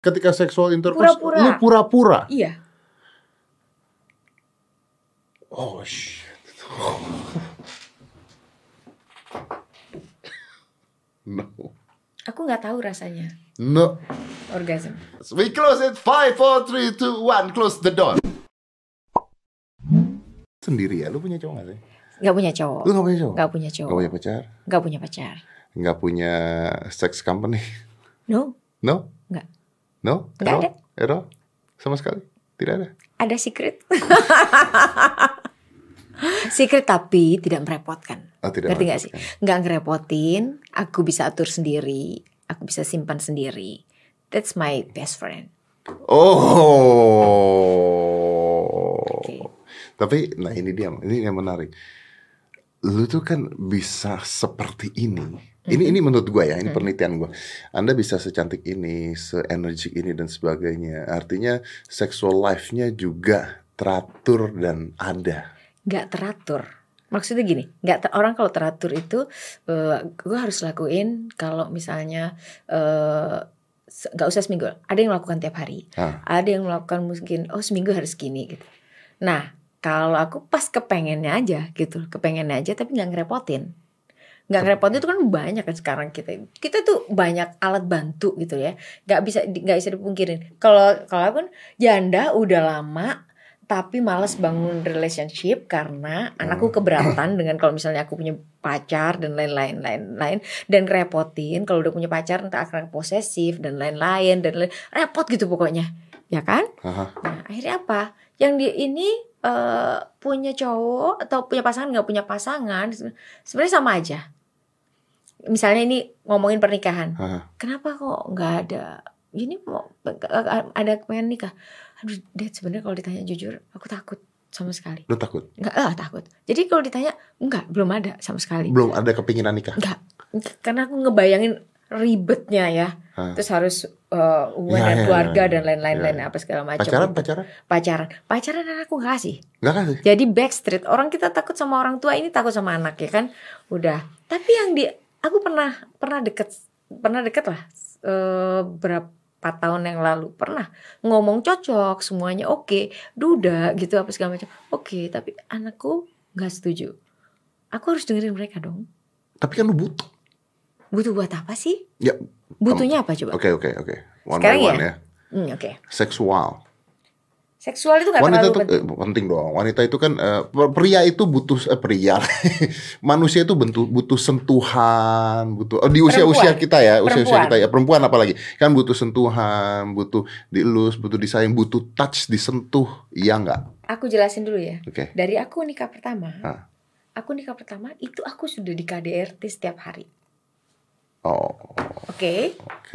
Ketika seksual intercourse, Pura-pura. lu pura-pura. Iya. Oh shit. No. Aku nggak tahu rasanya No. orgasm. We close it. 5, 4, 3, 2, 1. Close the door. Sendiri ya? Lu punya cowok gak sih? Nggak punya cowok. Lu gak punya cowok? Nggak punya cowok. Gak punya pacar? Nggak punya pacar. Gak punya sex company? No. No? Nggak. No? Nggak ada. At all? Sama sekali? Tidak ada? Ada secret. Secret tapi tidak merepotkan. Oh, tidak Ngerti nggak sih? merepotkan. Nggak ngerepotin. Aku bisa atur sendiri. Aku bisa simpan sendiri. That's my best friend. Oh. Oke. Tapi, nah ini yang menarik. Lu tuh kan bisa seperti ini. Ini menurut gue ya, ini penelitian gue. Anda bisa secantik ini, se-energik ini dan sebagainya. Artinya sexual life-nya juga teratur dan ada. Nggak teratur. Maksudnya gini, orang kalau teratur itu gue harus lakuin kalau misalnya nggak usah seminggu. Ada yang melakukan tiap hari. Ada yang melakukan mungkin seminggu harus gini gitu. Nah, kalau aku pas kepengennya aja gitu, tapi nggak ngerepotin. Nggak ngerepotin itu kan banyak kan sekarang kita tuh banyak alat bantu gitu ya, nggak bisa dipungkirin. Kalau aku kan janda udah lama tapi malas bangun relationship karena anakku keberatan dengan kalau misalnya aku punya pacar dan lain-lain dan repotin kalau udah punya pacar entah akan posesif dan lain-lain repot gitu pokoknya ya kan. Nah akhirnya apa yang dia ini punya cowok atau punya pasangan nggak punya pasangan sebenarnya sama aja. Misalnya ini ngomongin pernikahan, kenapa kok nggak ada ini mau ada pengen nikah? Aduh, Dad sebenarnya kalau ditanya jujur, aku takut sama sekali. Lu takut? Enggak takut. Jadi kalau ditanya, enggak, belum ada sama sekali. Belum ada kepinginan nikah? Enggak, karena aku ngebayangin ribetnya ya. Terus harus hubungan dengan keluarga dan lain-lain apa segala macam. Pacaran aku nggak kasih. Nggak kasih. Jadi backstreet. Orang kita takut sama orang tua, ini takut sama anak ya kan. Udah. Tapi yang aku pernah deket lah berapa 4 tahun yang lalu pernah ngomong cocok semuanya oke, duda gitu apa segala macam oke, tapi anakku nggak setuju. Aku harus dengerin mereka dong. Tapi kan lu butuh buat apa sih? Ya, butuhnya apa coba? Oke. One sekarang by one ya. Oke. Seksual itu nggak wanita terlalu itu penting dong. Wanita itu kan pria itu butuh manusia itu butuh sentuhan, butuh di usia kita ya, perempuan apalagi kan butuh sentuhan, butuh dielus, butuh disayang, butuh touch, disentuh, iya nggak? Aku jelasin dulu ya. Okay. Dari aku nikah pertama itu aku sudah di KDRT setiap hari. Oke.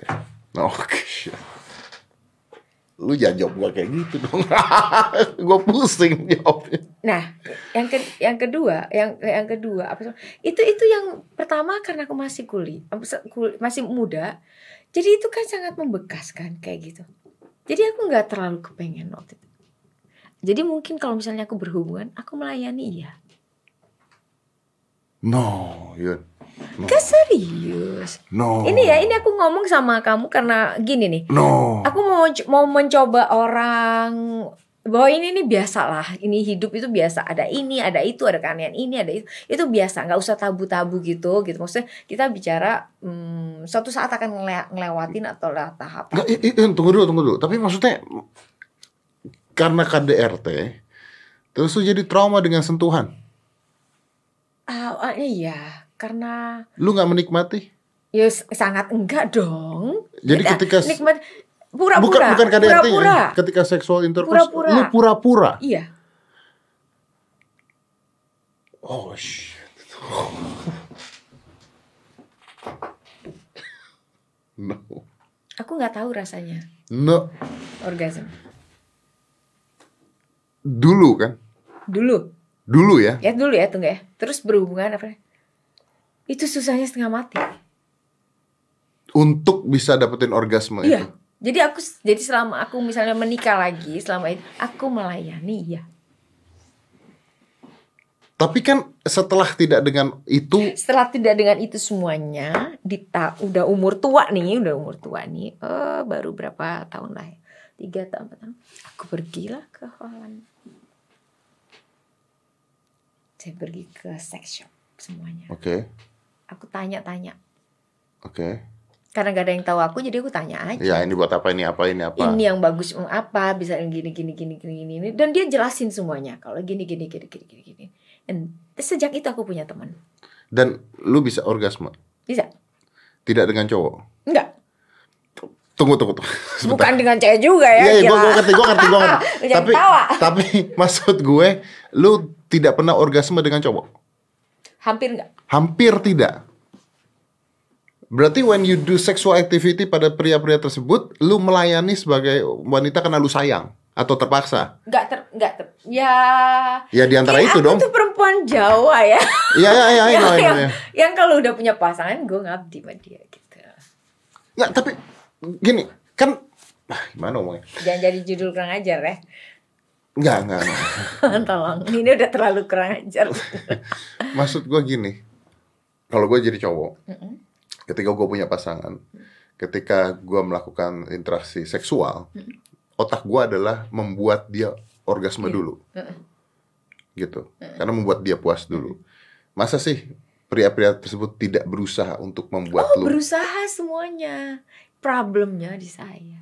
Lu jangan jawab gue kayak gitu dong. Gue pusing jawabnya. Nah, yang kedua apa? Itu yang pertama karena aku masih masih muda. Jadi itu kan sangat membekas kan kayak gitu. Jadi aku nggak terlalu kepengen waktu itu. Jadi mungkin kalau misalnya aku berhubungan, aku melayani ya. No. Gak serius. No. Ini aku ngomong sama kamu karena gini nih. No. Aku mau mencoba orang bahwa ini biasa lah. Ini hidup itu biasa. Ada ini, ada itu, ada keanehan ini, ada itu. Itu biasa. Nggak usah tabu-tabu gitu. Maksudnya kita bicara suatu saat akan ngelewatin atau lewat tahap. Tunggu dulu. Tapi maksudnya karena KDRT terus lu jadi trauma dengan sentuhan. Iya. Karena lu nggak menikmati? Ya sangat enggak dong. Jadi ketika nikmat pura-pura. Bukan KDRT ya. Ketika seksual intercourse lu pura-pura. Iya. Oh shit. No. Aku nggak tahu rasanya. No. Orgasm. Dulu kan? Dulu ya? Ya dulu ya, tunggu ya. Terus berhubungan apa? Itu susahnya setengah mati. Untuk bisa dapetin orgasme itu. Jadi selama aku misalnya menikah lagi, selama itu aku melayani ya. Tapi kan setelah tidak dengan itu semuanya, udah umur tua nih, baru berapa tahun lah ya, 3 tahun, 4 tahun, aku pergilah ke Holland. Saya pergi ke sex shop semuanya. Oke. Aku tanya-tanya. Oke. Karena gak ada yang tahu aku, jadi aku tanya aja. Ya, ini buat apa, ini apa, ini apa. Ini yang bagus apa, bisa gini. Dan dia jelasin semuanya. Kalau gini. Dan sejak itu aku punya teman. Dan lu bisa orgasme? Bisa. Tidak dengan cowok? Enggak. Tunggu. Bukan dengan cewek juga ya. Iya, gue ngerti. Tapi maksud gue, lu tidak pernah orgasme dengan cowok? Hampir enggak. Hampir tidak. Berarti when you do sexual activity pada pria-pria tersebut, lu melayani sebagai wanita karena lu sayang atau terpaksa? Enggak. Ya di antara itu dong. Aku tuh perempuan Jawa ya. Iya, Yang kalau udah punya pasangan, gue ngabdi sama dia gitu. Nggak, tapi gini, kan gimana ngomongnya? Jangan jadi judul kurang ajar ya. Enggak. Tolong, ini udah terlalu kurang ajar. Maksud gue gini, kalau gue jadi cowok, ketika gue punya pasangan, ketika gue melakukan interaksi seksual, otak gue adalah membuat dia orgasme dulu, gitu, karena membuat dia puas dulu. Masa sih pria-pria tersebut tidak berusaha untuk membuat lu? Berusaha semuanya. Problemnya di saya.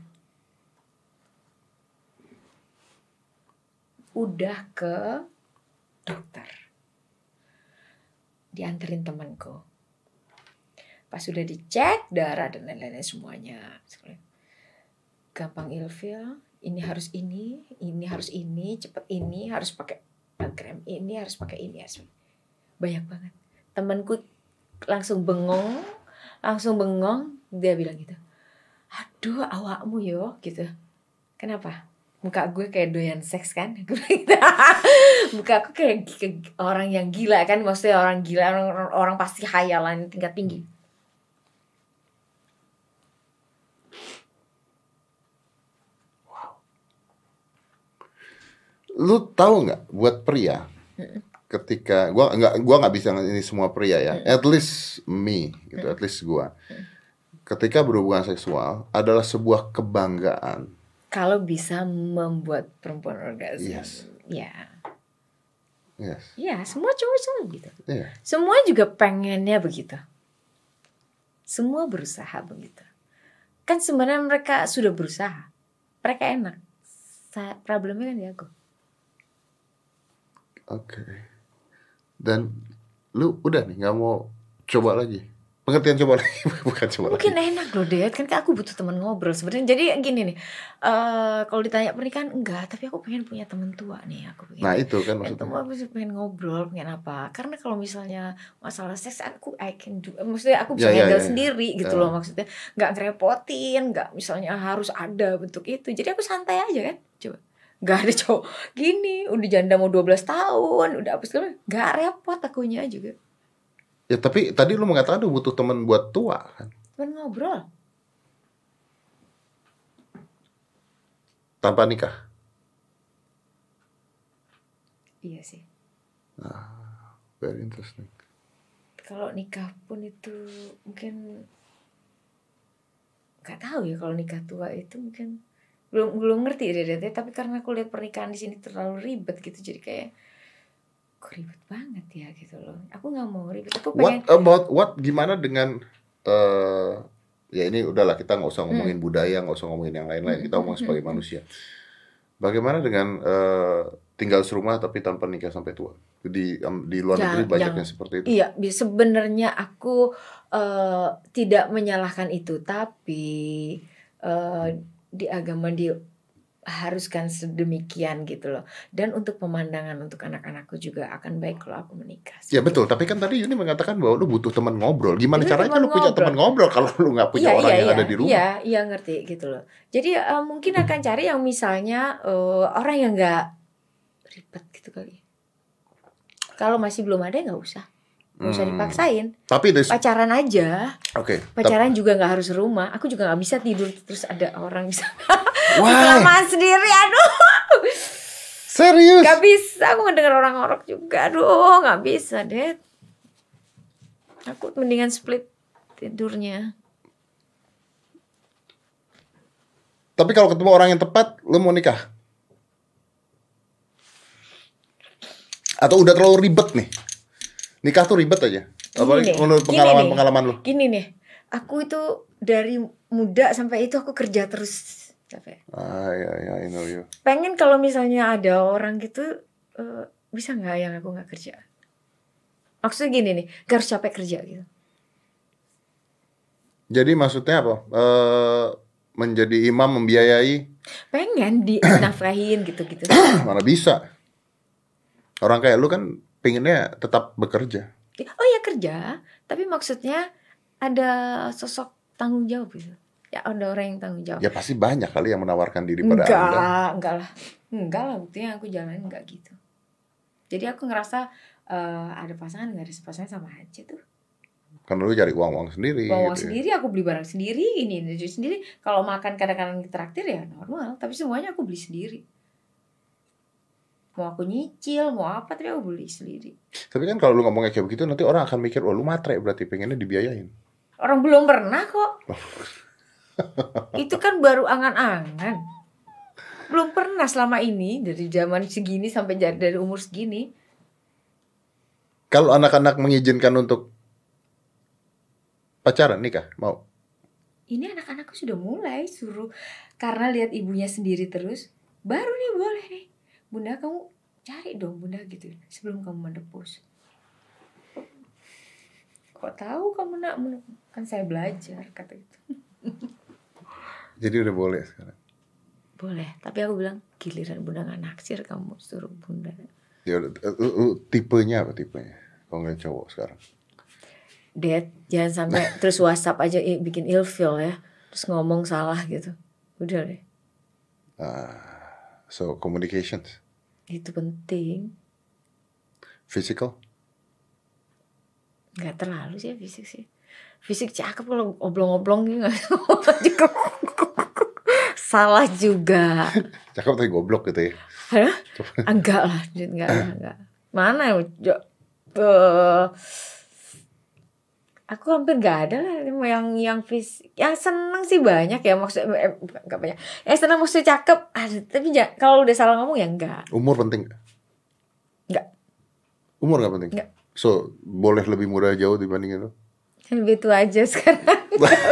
Udah ke dokter, dianterin temanku. Pas sudah dicek darah dan lain-lain semuanya, gampang ilfil. Ini harus ini harus ini, cepet ini, harus pakai krem ini, harus pakai ini, banyak banget. Temanku langsung bengong, dia bilang gitu, aduh awakmu yo gitu. Kenapa? Muka gue kayak doyan seks kan? Muka aku kayak orang yang gila kan? Maksudnya orang gila, orang pasti hayalan tingkat tinggi. Wow. Lu tahu nggak buat pria? Ketika gua nggak bisa ini semua pria ya. At least me gitu, at least gua. Ketika berhubungan seksual adalah sebuah kebanggaan. Kalau bisa membuat perempuan orgasme. Yes. Ya. Yes. Ya, semua cowok selalu gitu. Yeah. Semua juga pengennya begitu. Semua berusaha begitu. Kan sebenarnya mereka sudah berusaha. Mereka enak. Problemnya kan di aku. Oke. Dan lu udah nih nggak mau coba lagi? Pengertian coba lagi, bukan coba mungkin lagi. Enak loh Dad, kan aku butuh teman ngobrol sebenarnya. Jadi gini nih, kalau ditanya pernikahan enggak, tapi aku pengen punya teman tua nih. Aku pengen. Nah itu kan maksudnya. Aku pengen ngobrol, pengen apa? Karena kalau misalnya masalah seks, I can do. Maksudnya aku bisa handle sendiri gitu loh. Maksudnya nggak ngerepotin, nggak misalnya harus ada bentuk itu. Jadi aku santai aja kan, coba. Gak ada cowok gini, udah janda mau 12 tahun, udah apa segala, gak repot akunya juga. Ya tapi tadi lu mengatakan lu butuh teman buat tua kan? Teman ngobrol. Tanpa nikah? Iya sih. Very interesting. Kalau nikah pun itu mungkin gak tahu ya, kalau nikah tua itu mungkin belum ngerti deh, tapi karena aku lihat pernikahan di sini terlalu ribet gitu, jadi kayak kok ribet banget ya gitu loh. Aku nggak mau ribet. Aku pengen. Gimana dengan ya ini udahlah, kita nggak usah ngomongin budaya, nggak usah ngomongin yang lain-lain. Kita ngomong sebagai manusia. Bagaimana dengan tinggal serumah tapi tanpa nikah sampai tua? Di luar negeri banyaknya seperti itu. Iya, sebenarnya aku tidak menyalahkan itu, tapi di agama diharuskan sedemikian gitu loh. Dan untuk pemandangan untuk anak-anakku juga akan baik kalau aku menikah. Ya betul, tapi kan tadi Yuni mengatakan bahwa lu butuh teman ngobrol. Gimana caranya lu punya teman ngobrol kalau lu nggak punya orang yang ada di rumah? Iya ngerti gitu loh. Jadi mungkin akan cari yang misalnya orang yang nggak ribet gitu kali. Kalau masih belum ada nggak usah. Gak usah dipaksain. Tapi pacaran aja. Oke. Pacaran juga nggak harus rumah. Aku juga nggak bisa tidur terus ada orang bisa. Why? Lama sendiri, aduh. Serius? Gak bisa aku ngedenger orang ngorok juga. Aduh, gak bisa, Dad. Aku mendingan split tidurnya. Tapi kalau ketemu orang yang tepat, lu mau nikah? Atau udah terlalu ribet nih? Nikah tuh ribet aja. Apalagi menurut pengalaman lu. Gini nih, aku itu dari muda sampai itu aku kerja terus. Capek. Ya, I know you. Pengen kalau misalnya ada orang gitu, bisa nggak yang aku nggak kerja? Maksudnya gini nih, gak harus capek kerja gitu. Jadi maksudnya apa? Menjadi imam membiayai? Pengen dinafkahin gitu-gitu. Mana bisa? Orang kayak lu kan pengennya tetap bekerja. Oh ya kerja, tapi maksudnya ada sosok tanggung jawab gitu. Ya ada orang yang tanggung jawab. Ya pasti banyak kali yang menawarkan diri pada Anda. Enggak lah, buktinya aku jalanin enggak gitu. Jadi aku ngerasa ada pasangan nggak ada pasangan sama aja tuh. Kan lu cari uang sendiri. Uang gitu sendiri, aku beli barang sendiri, ini sendiri. Kalau makan kadang-kadang ditraktir ya normal, tapi semuanya aku beli sendiri. Mau aku nyicil, mau apa, tapi aku beli sendiri. Tapi kan kalau lu ngomongnya kayak begitu, nanti orang akan mikir, wah lu matre berarti pengennya dibiayain. Orang belum pernah kok. Itu kan baru angan-angan. Belum pernah selama ini, dari zaman segini sampai dari umur segini. Kalau anak-anak mengizinkan untuk pacaran, nikah, mau? Ini anak-anakku sudah mulai suruh, karena lihat ibunya sendiri terus, baru nih boleh nih. Bunda kamu cari dong bunda gitu sebelum kamu menepus. Kok tahu kamu nak kan saya belajar kata itu. Jadi udah boleh sekarang. Boleh, tapi aku bilang giliran bunda nggak naksir kamu suruh bunda. Ya tipenya apa tipenya? Kalau nggak cowok sekarang. Dad, jangan sampai terus WhatsApp aja bikin ilfeel ya, terus ngomong salah gitu. Udah deh. So communications. Itu penting. Physical? Gak terlalu sih fisik sih. Fisik cakep kalau oblong-oblong gitu. Salah juga. Cakep tapi goblok gitu ya. Hah? Enggak lah, enggak. Mana aku hampir gak ada lah yang fisik. Yang seneng sih banyak ya maksudnya enggak banyak. Yang seneng maksudnya cakep ada, tapi kalau udah salah ngomong ya enggak. Umur penting gak? Enggak. Umur gak penting? Enggak. So boleh lebih muda jauh dibanding itu? Lebih tua aja sekarang.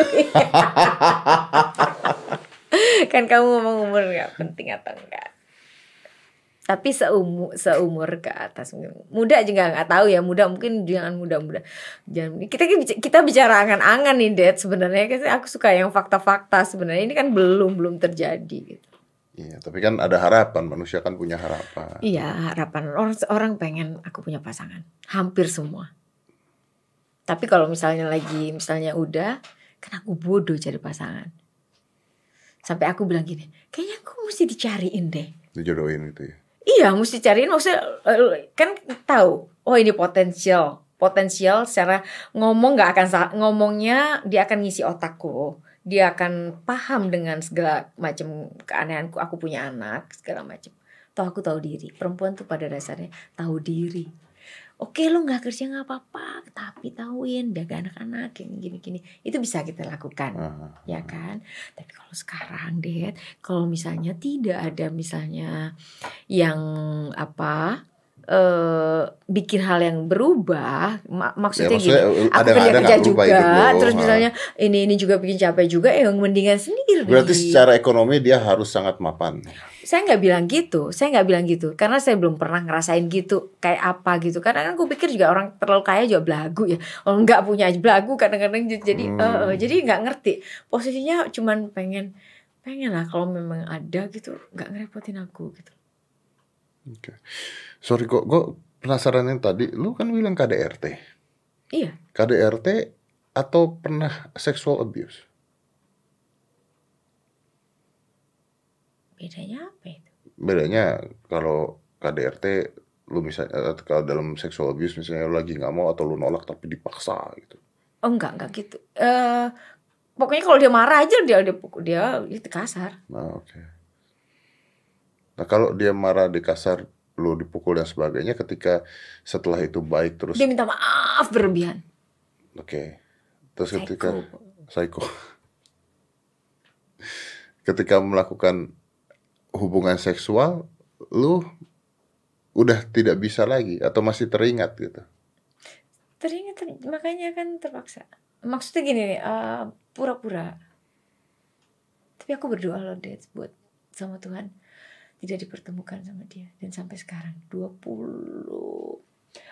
Kan kamu ngomong umur gak penting atau enggak. Tapi seumur ke atas. Muda juga nggak tahu ya, muda mungkin jangan muda-muda. Jangan kita bicara angan-angan nih, Dad. Sebenarnya aku suka yang fakta-fakta sebenarnya ini kan belum terjadi gitu. Iya, tapi kan ada harapan, manusia kan punya harapan. Iya, harapan orang pengen aku punya pasangan. Hampir semua. Tapi kalau misalnya udah, kan aku bodoh cari pasangan. Sampai aku bilang gini, kayaknya aku mesti dicariin deh. Dijodohin gitu ya. Iya, mesti cariin, maksudnya kan tahu. Oh ini potensial secara ngomong nggak akan ngomongnya dia akan ngisi otakku, dia akan paham dengan segala macam keanehanku. Aku punya anak segala macam. Aku tahu diri. Perempuan tuh pada dasarnya tahu diri. Oke, lo nggak kerja nggak apa-apa, tapi tahuin jaga anak-anak yang gini-gini. Itu bisa kita lakukan, ya kan? Tapi kalau sekarang, Dad, kalau misalnya tidak ada misalnya yang bikin hal yang berubah, maksudnya ya, gini, aku kerja juga, terus misalnya ini juga bikin capek juga, yang mendingan sendiri. Berarti secara ekonomi dia harus sangat mapan. Saya nggak bilang gitu, karena saya belum pernah ngerasain gitu, kayak apa gitu. Karena kan aku pikir juga orang terlalu kaya juga belagu ya, orang nggak punya aja belagu kadang-kadang jadi nggak ngerti. Posisinya cuman pengen lah kalau memang ada gitu, nggak ngerepotin aku gitu. Oke. Sorry kok, gue penasaran yang tadi, lu kan bilang KDRT. Iya. KDRT atau pernah sexual abuse? Bedanya apa itu? Bedanya kalau KDRT, lu misalnya kalau dalam sexual abuse misalnya lu lagi nggak mau atau lu nolak tapi dipaksa gitu. Oh enggak gitu. Pokoknya kalau dia marah aja dia kasar. Nah, oke. Nah, kalau dia marah, dikasar, lu dipukul dan sebagainya, ketika setelah itu baik terus. Dia minta maaf berlebihan. Oke. Terus ketika psycho. Ketika melakukan hubungan seksual, lu udah tidak bisa lagi atau masih teringat gitu? Teringat, makanya kan terpaksa. Maksudnya gini nih, pura-pura. Tapi aku berdoa loh Dad, buat sama Tuhan tidak dipertemukan sama dia. Dan sampai sekarang 25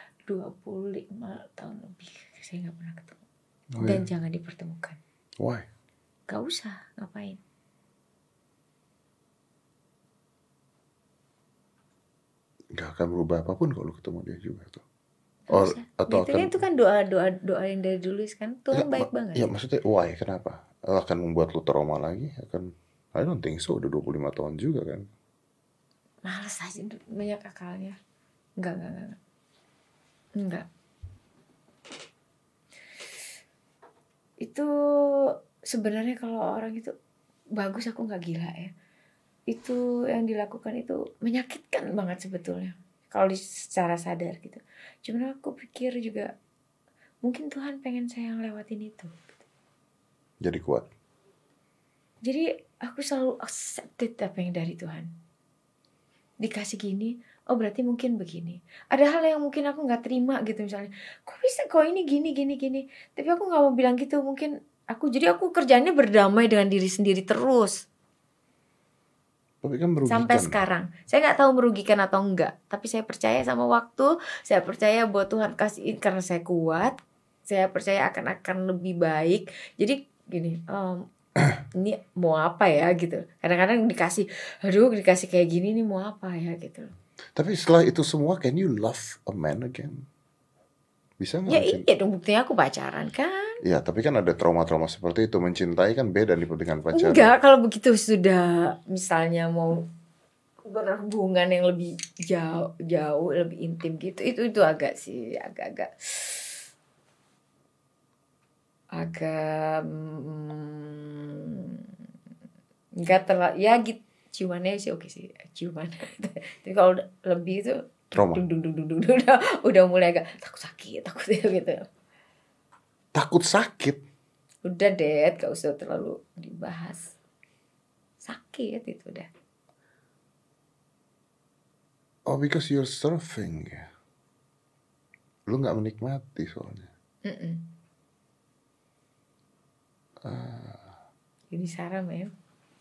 tahun lebih saya gak pernah ketemu. Dan jangan dipertemukan. Why? Gak usah, ngapain. Gak akan berubah apapun kalau ketemu dia juga tuh. Atau akan, itu kan doa yang dari dulu kan. Tuhan baik banget. Ya maksudnya why? Kenapa? Akan membuat lu trauma lagi? I don't think so. Udah 25 tahun juga kan. Males aja, banyak akalnya. Enggak. Itu sebenarnya kalau orang itu bagus, aku gak gila ya. Itu yang dilakukan itu menyakitkan banget sebetulnya. Kalau secara sadar gitu. Cuman aku pikir juga mungkin Tuhan pengen saya ngelewatin itu. Jadi kuat. Jadi aku selalu accepted apa yang dari Tuhan. Dikasih gini, oh berarti mungkin begini. Ada hal yang mungkin aku gak terima gitu misalnya. Kok bisa kok ini gini. Tapi aku gak mau bilang gitu. Mungkin aku kerjanya berdamai dengan diri sendiri terus. Tapi kan merugikan. Sampai sekarang saya nggak tahu merugikan atau enggak, tapi saya percaya sama waktu, saya percaya bahwa Tuhan kasihin karena saya kuat, saya percaya akan lebih baik. Jadi gini, ini mau apa ya gitu, kadang-kadang dikasih kayak gini nih mau apa ya gitu. Tapi setelah itu semua, can you love a man again? Bisa nggak? Ya iya dong, buktinya aku pacaran kan. Ya tapi kan ada trauma-trauma seperti itu. Mencintai kan beda dengan pacaran. Enggak, kalau begitu sudah misalnya mau berhubungan yang lebih jauh lebih intim gitu, itu agak enggak terlalu ya gitu, ciumannya sih oke sih, ciuman. Tapi kalau lebih itu trauma. Udah mulai agak takut sakit gitu. Takut sakit? Udah deh, gak usah terlalu dibahas. Sakit itu udah. Oh, because you're surfing ya. Lu gak menikmati soalnya. Ini Sarah men.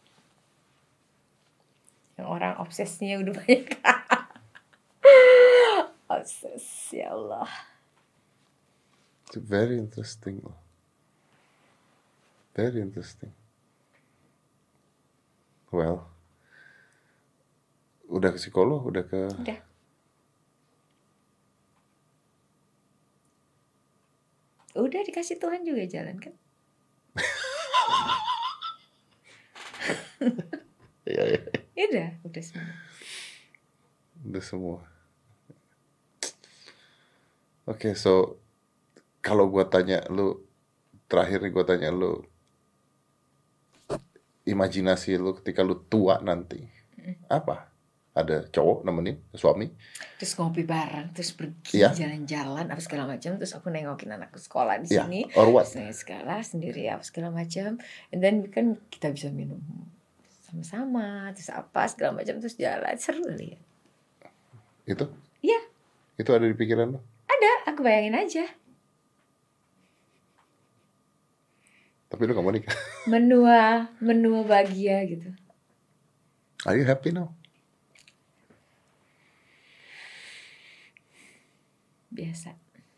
Yang orang obsesnya udah banyak. Obses, ya Allah. It's very interesting. Very interesting. Well, udah ke psikolog, udah. Udah dikasih Tuhan juga jalan kan? Iya. Udah semua. Udah semua. Oke, so kalau gue tanya lu, terakhir nih gue tanya lu, imajinasi lu ketika lu tua nanti, apa? Ada cowok nemenin, suami? Terus ngopi bareng, terus pergi jalan-jalan, apa segala macam. Terus aku nengokin anakku sekolah di sini. Or what? Saya sekolah sendiri, apa segala macam. And then kan kita bisa minum sama-sama, terus apa segala macam, terus jalan, seru lihat. Itu? Iya. Itu ada di pikiran lo? Ada, aku bayangin aja. Tapi lu gak mau nikah? Menua bahagia gitu. Are you happy now? Biasa.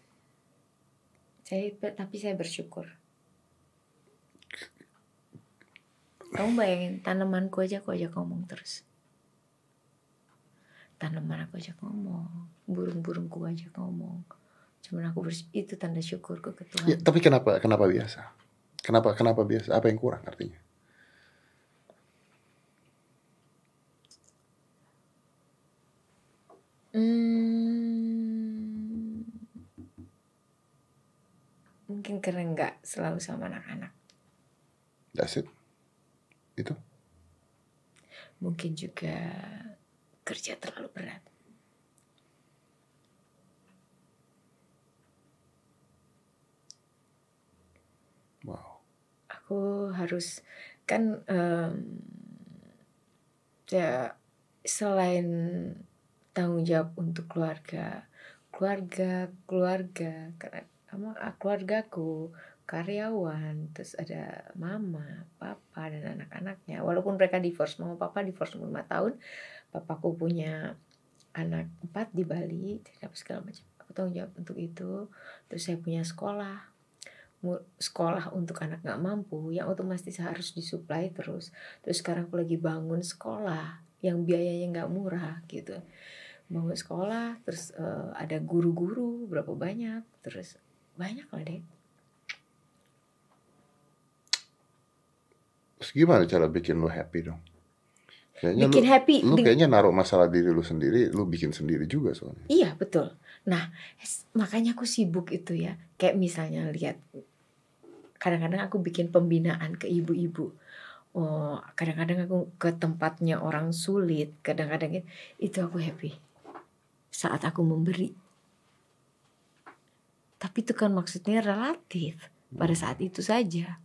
Tapi saya bersyukur. Kamu bayangin, tanamanku aja aku ajak ngomong terus. Tanaman aku ajak ngomong, burung-burungku ajak ngomong. Cuman aku itu tanda syukurku ke Tuhan. Ya, tapi kenapa biasa? Kenapa biasa? Apa yang kurang artinya? Mungkin karena nggak selalu sama anak-anak. That's it. Itu? Mungkin juga kerja terlalu berat. Wow. Aku harus kan ya selain tanggung jawab untuk keluarga karena keluargaku, karyawan, terus ada mama, papa dan anak-anaknya. Walaupun mereka divorce, mama papa divorce 5 tahun, papaku punya anak 4 di Bali, apa segala macam. Aku tanggung jawab untuk itu. Terus saya punya sekolah untuk anak nggak mampu yang otomatis harus disuplai terus. Terus sekarang aku lagi bangun sekolah yang biayanya nggak murah gitu. Bangun sekolah, terus ada guru-guru berapa banyak, terus banyak lah deh. Terus gimana cara bikin lu happy dong? Kayaknya bikin happy. Lu kayaknya naruh masalah diri lu sendiri, lu bikin sendiri juga soalnya. Iya betul. Nah makanya aku sibuk itu ya. Kayak misalnya lihat, kadang-kadang aku bikin pembinaan ke ibu-ibu. Oh, kadang-kadang aku ke tempatnya orang sulit. Kadang-kadang itu aku happy saat aku memberi. Tapi itu kan maksudnya relatif pada saat itu saja.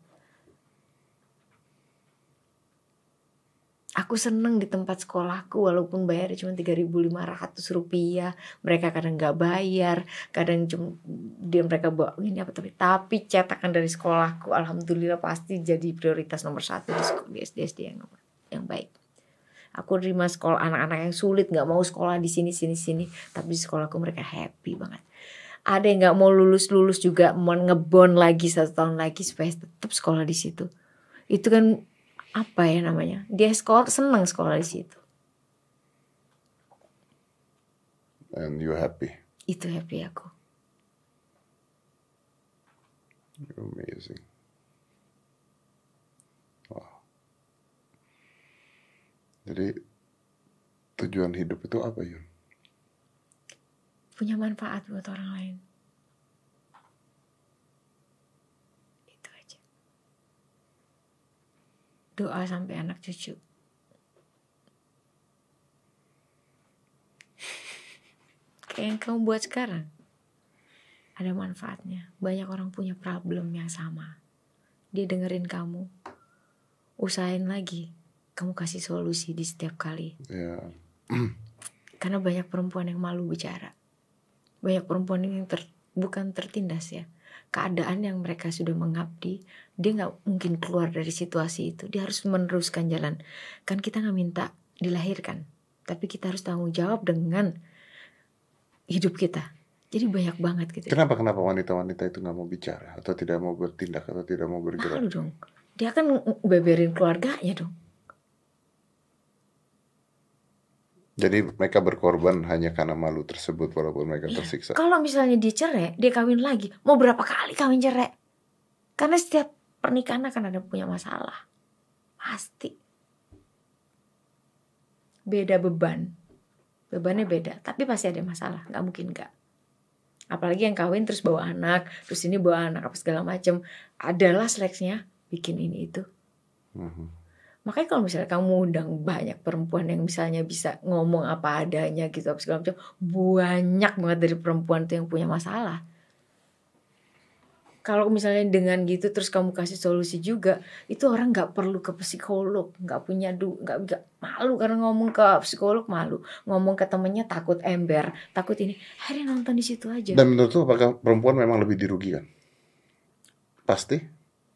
Aku seneng di tempat sekolahku walaupun bayarnya cuma 3.500 rupiah. Mereka kadang gak bayar, kadang cuma mereka bawa ini apa, tapi cetakan dari sekolahku alhamdulillah pasti jadi prioritas nomor 1 di SD yang baik. Aku terima sekolah anak-anak yang sulit gak mau sekolah di sini, tapi di sekolahku mereka happy banget. Ada yang gak mau lulus juga mau ngebon lagi 1 tahun lagi supaya tetap sekolah di situ. Itu kan apa ya namanya? Dia senang sekolah di situ. And you happy? Itu happy aku. You're amazing. Wow. Jadi tujuan hidup itu apa, Yun? Punya manfaat buat orang lain. Doa sampai anak cucu. Kayak yang kamu buat sekarang. Ada manfaatnya. Banyak orang punya problem yang sama. Dia dengerin kamu. Usahain lagi. Kamu kasih solusi di setiap kali. Yeah. Karena banyak perempuan yang malu bicara. Banyak perempuan yang bukan tertindas ya. Keadaan yang mereka sudah mengabdi, dia gak mungkin keluar dari situasi itu. Dia harus meneruskan jalan. Kan kita gak minta dilahirkan, tapi kita harus tanggung jawab dengan hidup kita. Jadi banyak banget gitu. Kenapa wanita-wanita itu gak mau bicara, atau tidak mau bertindak, atau tidak mau bergerak? Malu dong. Dia kan beberin keluarganya dong. Jadi mereka berkorban hanya karena malu tersebut walaupun mereka tersiksa. Kalau misalnya dia cerai, dia kawin lagi. Mau berapa kali kawin cerai? Karena setiap pernikahan akan ada punya masalah. Pasti. Beda beban. Bebannya beda. Tapi pasti ada masalah. Gak mungkin gak. Apalagi yang kawin terus bawa anak. Terus ini bawa anak apa segala macam. Adalah seleksinya bikin ini itu. Makanya kalau misalnya kamu undang banyak perempuan yang misalnya bisa ngomong apa adanya gitu apa segala macam, banyak banget dari perempuan tuh yang punya masalah. Kalau misalnya dengan gitu terus kamu kasih solusi juga, itu orang nggak perlu ke psikolog, nggak malu karena ngomong ke psikolog malu, ngomong ke temennya takut ember, takut ini, akhirnya nonton di situ aja. Dan menurut lu apakah perempuan memang lebih dirugikan? Pasti.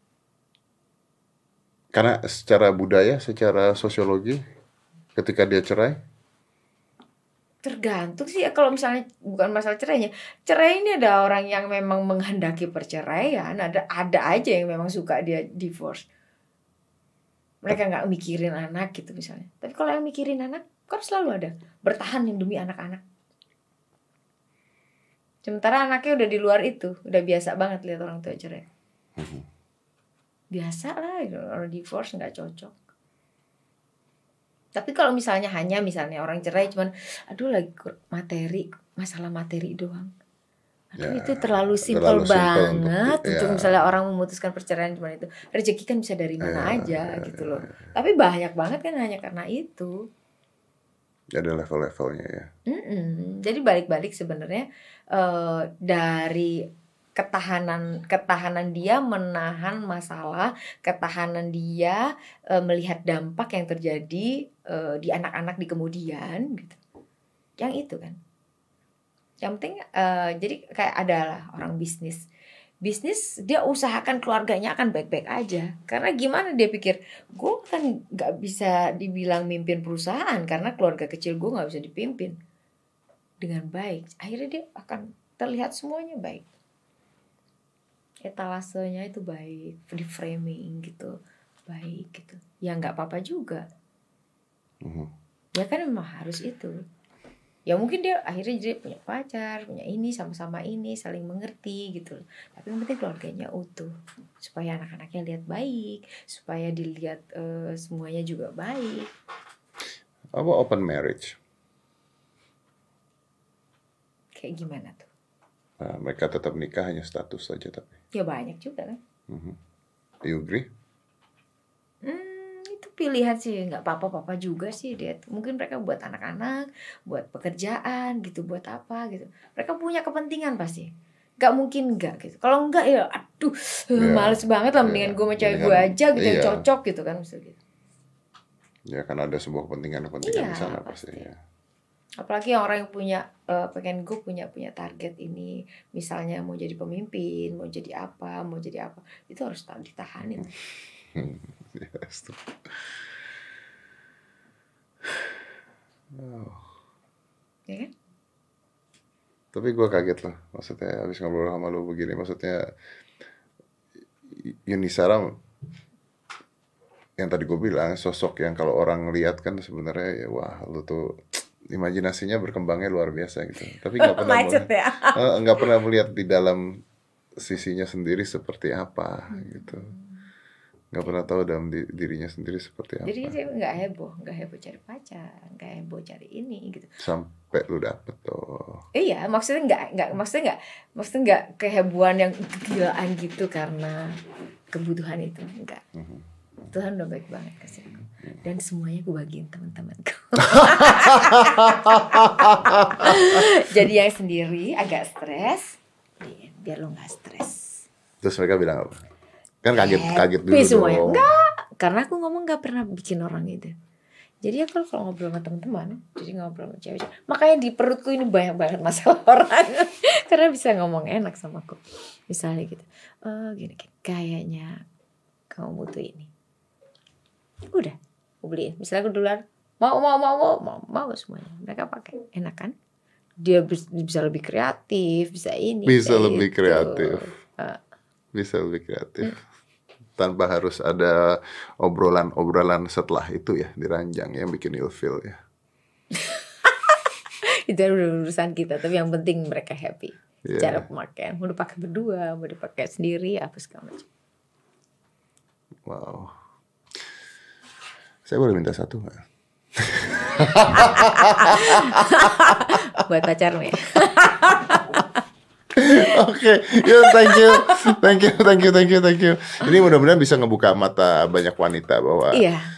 Karena secara budaya, secara sosiologi, ketika dia cerai? Tergantung sih ya, kalau misalnya bukan masalah cerainya. Cerai ini ada orang yang memang menghendaki perceraian, ada aja yang memang suka dia divorce. Mereka nggak mikirin anak gitu misalnya. Tapi kalau yang mikirin anak, kan selalu ada. Bertahan yang demi anak-anak. Sementara anaknya udah di luar itu, udah biasa banget lihat orang tua cerai. Biasa lah, orang divorce nggak cocok. Tapi kalau misalnya orang cerai cuman, aduh lagi masalah materi doang. Aduh ya, itu terlalu simpel banget untuk misalnya orang memutuskan perceraian cuman itu. Rezeki kan bisa dari mana aja gitu loh. Tapi banyak banget kan hanya karena itu. Ada level-levelnya ya. Jadi balik-balik sebenarnya dari ketahanan dia menahan masalah, ketahanan dia melihat dampak yang terjadi di anak-anak di kemudian gitu. Yang itu kan. Yang penting jadi kayak adalah orang bisnis dia usahakan keluarganya akan baik-baik aja. Karena gimana dia pikir, gue kan gak bisa dibilang mimpin perusahaan karena keluarga kecil gue gak bisa dipimpin dengan baik. Akhirnya dia akan terlihat semuanya baik, etalasenya itu baik, di framing gitu baik gitu. Ya gak apa-apa juga. Ya kan memang harus itu. Ya mungkin dia akhirnya jadi punya pacar, punya ini, sama-sama ini, saling mengerti gitu. Tapi yang penting keluarganya utuh, supaya anak-anaknya lihat baik, supaya dilihat semuanya juga baik. Apa open marriage? Kayak gimana tuh? Nah, mereka tetap nikah hanya status saja tapi. Ya banyak juga kan. Do you agree? Pilihan sih, nggak apa-apa juga sih dia. Mungkin mereka buat anak-anak, buat pekerjaan gitu, buat apa gitu. Mereka punya kepentingan pasti. Nggak mungkin nggak gitu. Kalau nggak ya, aduh, males banget lah. Mendingan gue sama cewek gue aja gitu yang cocok gitu kan, misalnya gitu. Ya kan ada sebuah kepentingan di sana pastinya. Apalagi orang yang punya pengen gue punya target ini, misalnya mau jadi pemimpin, mau jadi apa, itu harus ditahanin. Yes. Ya kan? Tapi gue kaget loh, maksudnya habis ngobrol sama lu begini, maksudnya Yuni Shara yang tadi gue bilang sosok yang kalau orang lihat kan sebenarnya ya wah lu tuh imajinasinya berkembangnya luar biasa gitu. Tapi nggak pernah melihat di dalam sisinya sendiri seperti apa gitu. Nggak pernah tahu dalam dirinya sendiri seperti apa. Jadi dia nggak heboh cari pacar, nggak heboh cari ini gitu. Sampai lu dapet tuh. Iya, maksudnya nggak kehebohan yang kegilaan gitu karena kebutuhan itu, enggak. Tuhan udah baik banget kasih aku. Dan semuanya aku bagiin teman-temanku. Jadi yang sendiri agak stres, biar lo nggak stres. Terus mereka bilang apa? Kan kaget dulu semuanya. Enggak, karena aku ngomong nggak pernah bikin orang gitu. Jadi aku kalau ngobrol sama teman-teman, jadi ngobrol sama cewek, makanya di perutku ini banyak banget masalah orang. Karena bisa ngomong enak sama aku. Misalnya gitu, gini, kayaknya kamu butuh ini. Udah, aku beliin. Misalnya aku duluan, mau semuanya. Mereka pakai, enak kan? Dia bisa lebih kreatif, bisa ini. Bisa lebih kreatif. Bisa lebih kreatif. Tanpa harus ada obrolan setelah itu ya diranjang yang bikin ilfeel ya. Itu urusan kita, tapi yang penting mereka happy. Cara pemakaian, mau dipakai berdua, mau dipakai sendiri, apa segala macam. Wow. Saya boleh minta satu nggak? Buat pacarmu ya. Oke, thank you. Ini mudah-mudahan bisa ngebuka mata banyak wanita bahwa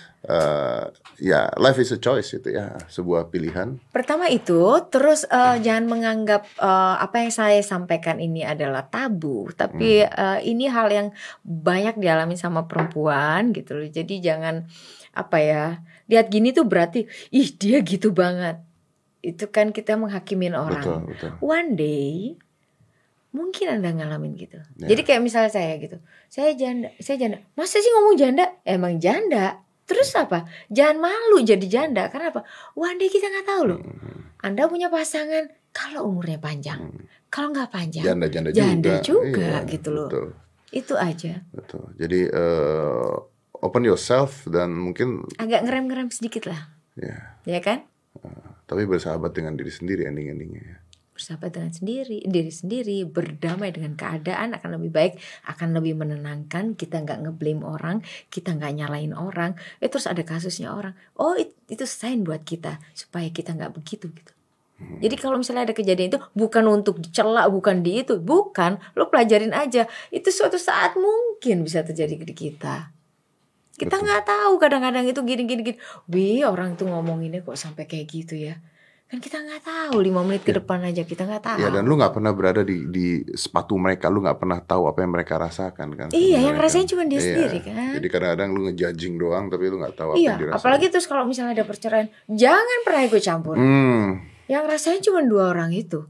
life is a choice itu ya, sebuah pilihan. Pertama itu, terus jangan menganggap apa yang saya sampaikan ini adalah tabu, tapi ini hal yang banyak dialami sama perempuan gitu loh. Jadi jangan lihat gini tuh berarti dia gitu banget. Itu kan kita menghakimin orang. Betul. One day mungkin Anda ngalamin gitu. Jadi kayak misalnya saya gitu. Saya janda. Masa sih ngomong janda? Emang janda. Terus apa? Jangan malu jadi janda. Karena apa? One day kita nggak tahu loh. Anda punya pasangan kalau umurnya panjang. Kalau nggak panjang, janda juga gitu loh. Betul. Itu aja. Betul. Jadi open yourself dan mungkin agak ngerem sedikit lah. Ya kan? Tapi bersahabat dengan diri sendiri ending-endingnya ya. Bersahabat dengan diri sendiri, berdamai dengan keadaan akan lebih baik, akan lebih menenangkan. Kita nggak ngeblame orang, kita nggak nyalain orang. Terus ada kasusnya orang, itu sign buat kita supaya kita nggak begitu gitu. Jadi kalau misalnya ada kejadian itu bukan untuk dicela, bukan bukan, lo pelajarin aja. Itu suatu saat mungkin bisa terjadi di kita. Kita nggak tahu kadang-kadang itu gini. Wih, orang itu ngomonginnya kok sampai kayak gitu ya. Kan kita nggak tahu 5 menit ke depan aja kita nggak tahu. Ya, dan lu nggak pernah berada di sepatu mereka, lu nggak pernah tahu apa yang mereka rasakan kan. Iya, yang rasain cuma dia sendiri kan. Jadi kadang-kadang lu ngejudging doang tapi lu nggak tahu apa yang dirasain. Apalagi terus kalau misalnya ada perceraian, jangan pernah ikut campur. Yang rasain cuma 2 orang itu.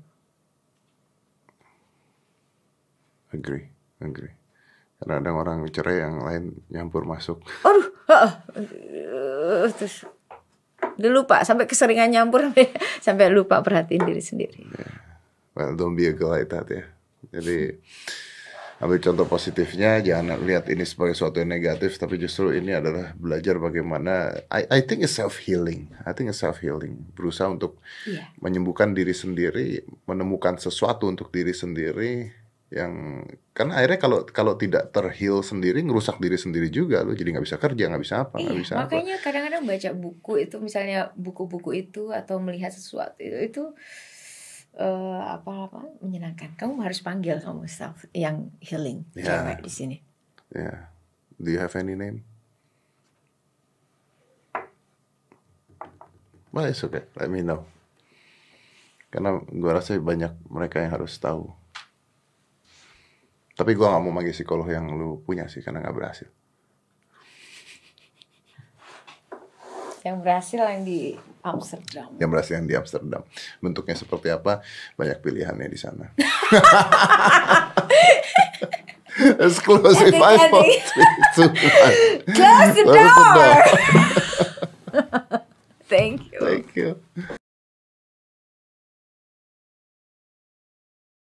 Agree. Kadang-kadang orang cerai yang lain nyampur masuk. Aduh, terus udah lupa sampai keseringan nyampur sampai lupa perhatiin diri sendiri. Well, don't be a girl like that ya. Jadi ambil contoh positifnya, jangan lihat ini sebagai sesuatu yang negatif, tapi justru ini adalah belajar bagaimana. I think it's self healing. Berusaha untuk menyembuhkan diri sendiri, menemukan sesuatu untuk diri sendiri. Yang karena akhirnya kalau tidak terheal sendiri, ngerusak diri sendiri juga, lo jadi nggak bisa kerja, nggak bisa apa, nggak bisa makanya kadang-kadang baca buku itu, misalnya buku-buku itu atau melihat sesuatu itu apa menyenangkan. Kamu harus panggil kamu self yang healing cewek di sini. Do you have any name? Well, it's okay. Let me know. Karena gue rasa banyak mereka yang harus tahu. Tapi gue gak mau manggil psikolog yang lu punya sih, karena gak berhasil. Yang berhasil yang di Amsterdam. Bentuknya seperti apa? Banyak pilihannya di sana. Exclusive iPhone 3, 2, 1. Close the door. Thank you.